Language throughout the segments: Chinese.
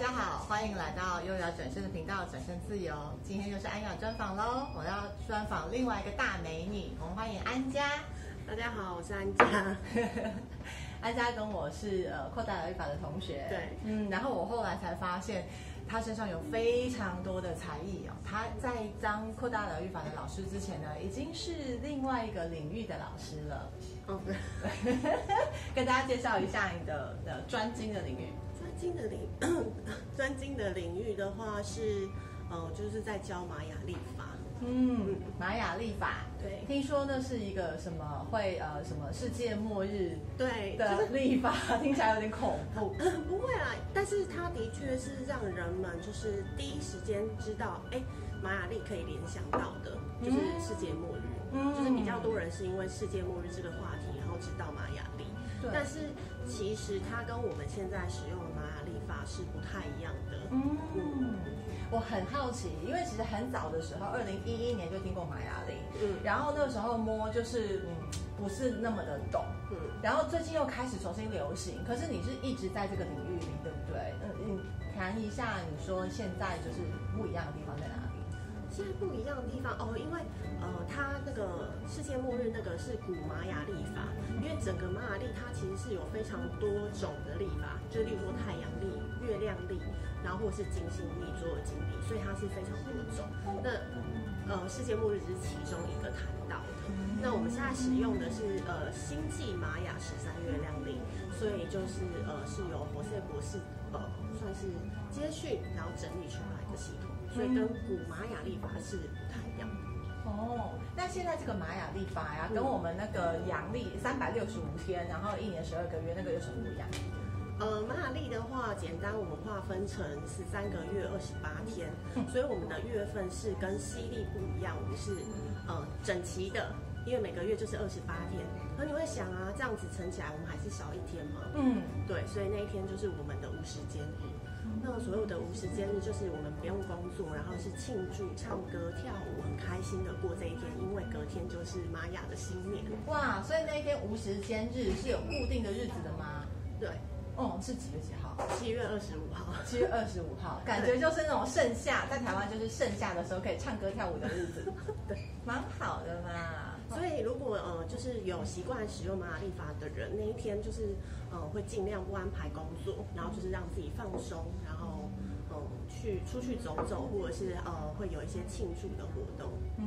家好，欢迎来到优雅转身的频道，转身自由。今天又是安雅专访喽，我要专访另外一个大美女，我们欢迎安佳。 大家好，我是安佳。 安佳跟我是扩大疗愈法的同学， 对， 然后我后来才发现，她身上有非常多的才艺哦。她在当扩大疗愈法的老师之前呢，已经是另外一个领域的老师了。 哦，对， 跟大家介绍一下你的专精的领域。 专精的领域的话是，就是在教玛雅历法。 玛雅历法， 对， 听说那是一个什么会什么世界末日对的历法，听起来有点恐怖。 不会啦，但是它的确是让人们就是第一时间知道，玛雅历可以联想到的，就是世界末日，就是比较多人是因为世界末日这个话题，然后知道玛雅历。但是其实它跟我们现在使用的玛雅历法是不太一样的。 我很好奇，因为其实很早的时候，2011年就听过玛雅历，然后那个时候摸就是不是那么的懂，然后最近又开始重新流行，可是你是一直在这个领域里，对不对？你谈一下，你说现在就是不一样的地方在哪里？ 现在不一样的地方因为它那个世界末日那个是古玛雅历法，因为整个玛雅历它其实是有非常多种的历法，就例如说太阳历、月亮历，然后或是金星历、左耳金历，所以它是非常多种。那世界末日只是其中一个谈到的。那我们现在使用的是星际玛雅13月亮历，所以就是是由活塞博士算是接训然后整理出来的系统。所以跟古玛雅历法是不太一样的。 那现在这个玛雅历法呀，跟我们那个阳历365天，然后1年12个月，那个有什么不一样？ 玛雅历的话，简单我们划分成13个月28天，所以我们的月份是跟西历不一样，我们是整齐的，因为每个月就是28天。可你会想啊，这样子乘起来我们还是少一天吗？对，所以那一天就是我们的无时间日。那所有的无时间日就是我们不用工作，然后是庆祝、唱歌、跳舞，很开心的过这一天，因为隔天就是玛雅的新年。 哇，所以那一天无时间日是有固定的日子的吗？ 对。 是几月几号 ？7月25号。 7月25号，感觉就是那种盛夏，在台湾就是盛夏的时候可以唱歌跳舞的日子， 对， 蛮好的嘛。 所以如果就是有习惯使用玛雅历法的人，那一天就是会尽量不安排工作，然后就是让自己放松，然后出去走走，或者是会有一些庆祝的活动。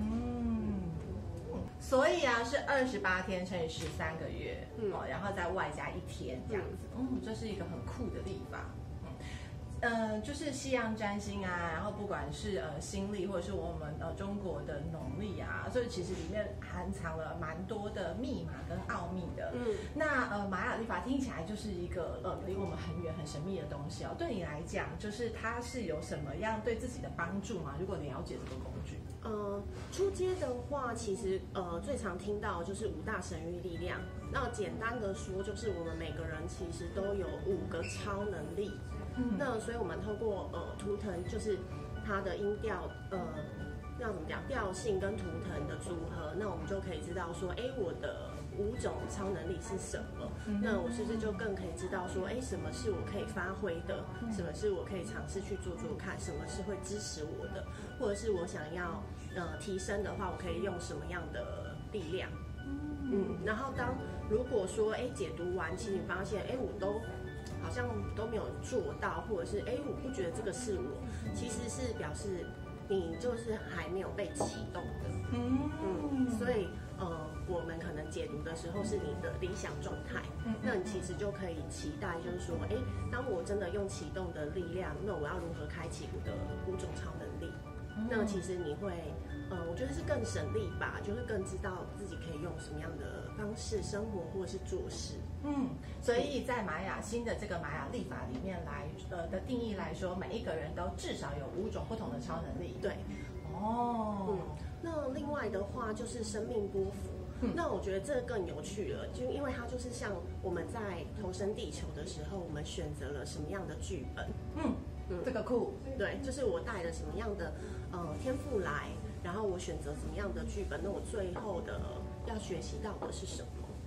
所以啊，是28天乘以13个月，然后再外加1天这样子，这是一个很酷的历法。就是西洋占星啊，然后不管是新历或者是我们中国的农历啊，所以其实里面含藏了蛮多的密码跟奥秘的。那玛雅历法听起来就是一个离我们很远很神秘的东西哦。对你来讲，就是它是有什么样对自己的帮助吗？如果你了解这个工具， 初阶的话，其实最常听到就是5大神域力量。那简单的说，就是我们每个人其实都有5个超能力。那所以我们透过图腾，就是它的音调，要怎么讲，调性跟图腾的组合，那我们就可以知道说，我的5种超能力是什么？那我是不是就更可以知道说，什么是我可以发挥的，什么是我可以尝试去做做看，什么是会支持我的，或者是我想要提升的话，我可以用什么样的力量？然后如果说解读完，其实你发现我好像都没有做到，或者是我不觉得这个是我，其实是表示你就是还没有被启动的。所以我们可能解读的时候是你的理想状态，那你其实就可以期待，就是说，当我真的用启动的力量，那我要如何开启我的5种超能力？那其实你会，我觉得是更省力吧，就是更知道自己可以用什么样的方式生活或者是做事。 所以在新的这个玛雅历法里面的定义来说，每一个人都至少有5种不同的超能力。 对。那另外的话就是生命波幅。那我觉得这更有趣了，就因为它就是像我们在投身地球的时候，我们选择了什么样的剧本。 这个酷。 对，就是我带了什么样的天赋来，然后我选择什么样的剧本，那我最后的要学习到的是什么？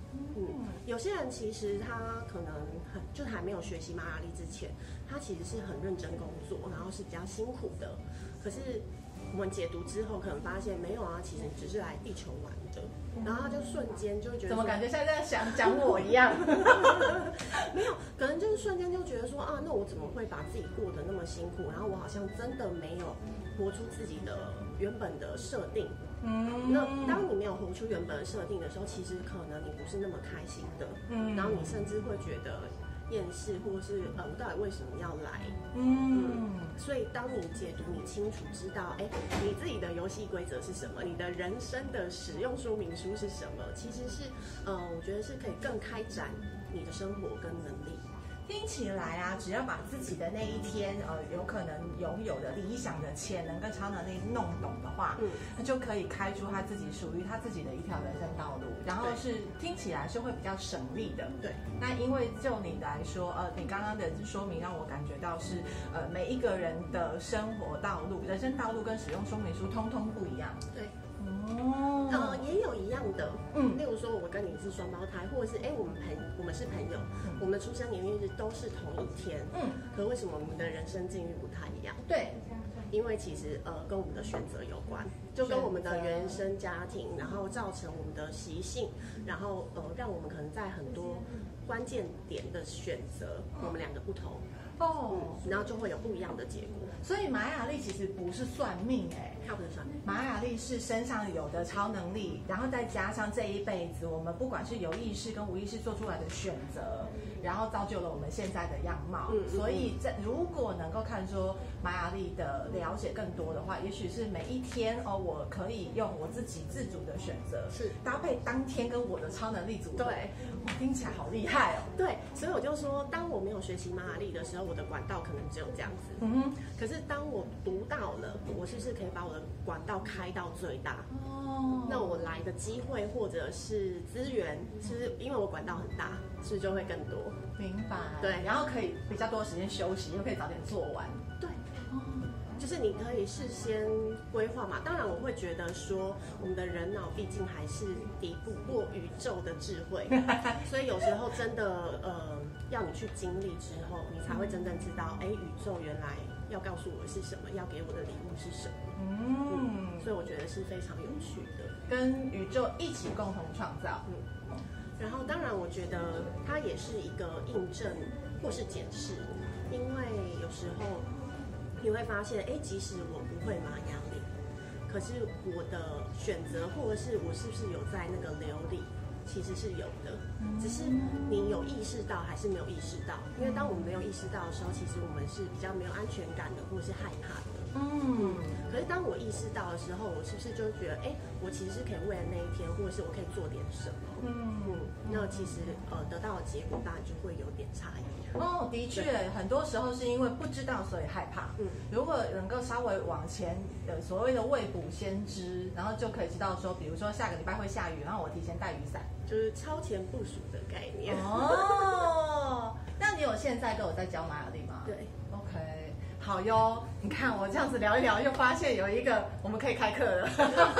有些人其实他可能就是还没有学习玛雅历之前，他其实是很认真工作，然后是比较辛苦的。可是我们解读之后，可能发现没有啊，其实只是来地球玩的。然后他就瞬间就会觉得， 怎么感觉像在讲我一样？ 没有，可能就是瞬间就觉得说啊，那我怎么会把自己过得那么辛苦？然后我好像真的没有活出自己的原本的设定。那当你没有活出原本的设定的时候，其实可能你不是那么开心的。然后你甚至会觉得厌世，或是我到底为什么要来？所以当你解读，你清楚知道，你自己的游戏规则是什么，你的人生的使用说明书是什么，其实是我觉得是可以更开展你的生活跟能力。 听起来啊，只要把自己的那一天，有可能拥有的理想的潜能跟超能力弄懂的话，那就可以开出他自己属于他自己的一条人生道路，然后是听起来是会比较省力的。 对。 那因为就你来说，你刚刚的说明让我感觉到是，每一个人的生活道路、人生道路跟使用说明书通通不一样。 对。也有一样的，例如说我跟你是双胞胎，或者是我们是朋友，我们的出生年月日都是同一天，可为什么我们的人生境遇不太一样？ 对， 因为其实跟我们的选择有关，就跟我们的原生家庭，然后造成我们的习性，然后让我们可能在很多关键点的选择，我们两个不同。然后就会有不一样的结果。 所以玛雅历其实不是算命它不是算命。 玛雅历是身上有的超能力，然后再加上这一辈子我们不管是有意识跟无意识做出来的选择，然后造就了我们现在的样貌。所以如果能够看出玛雅历的了解更多的话，也许是每一天我可以用我自己自主的选择，是搭配当天跟我的超能力组合。 对， 听起来好厉害哦。 对，所以我就说，当我没有学习玛雅历的时候，我的管道可能只有这样子。可是当我读到了，我是不是可以把我的管道开到最大？那我来的机会或者是资源，是不是因为我管道很大，是不是就会更多？ 明白。 对， 然后可以比较多时间休息，又可以早点做完。 对。就是你可以事先规划嘛。当然，我会觉得说，我们的人脑毕竟还是抵不过宇宙的智慧，所以有时候真的要你去经历之后，你才会真正知道，宇宙原来要告诉我是什么，要给我的礼物是什么。所以我觉得是非常有趣的， 跟宇宙一起共同创造。 然后当然，我觉得它也是一个印证或是检视，因为有时候你会发现，即使我不会玛雅历，可是我的选择或者是我是不是有在那个流里，其实是有的，只是你有意识到还是没有意识到。因为当我们没有意识到的时候，其实我们是比较没有安全感的，或者是害怕的。可是当我意识到的时候，我是不是就觉得，我其实是可以为了那一天，或者是我可以做点什么？那其实得到的结果当然就会有点差异。 的确，很多时候是因为不知道，所以害怕。如果能够稍微往前，所谓的未卜先知，然后就可以知道说，比如说下个礼拜会下雨，然后我提前带雨伞， 就是超前部署的概念。 那你有现在都有在教玛雅历吗？ 对 ，OK， 好哟。你看我这样子聊一聊，又发现有一个我们可以开课了。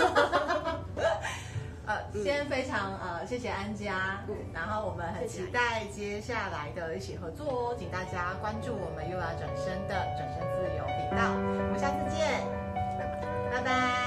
先非常谢谢安嘉，然后我们很期待接下来的一起合作哦，请大家关注我们又要转身的转身自由频道，我们下次见，拜拜。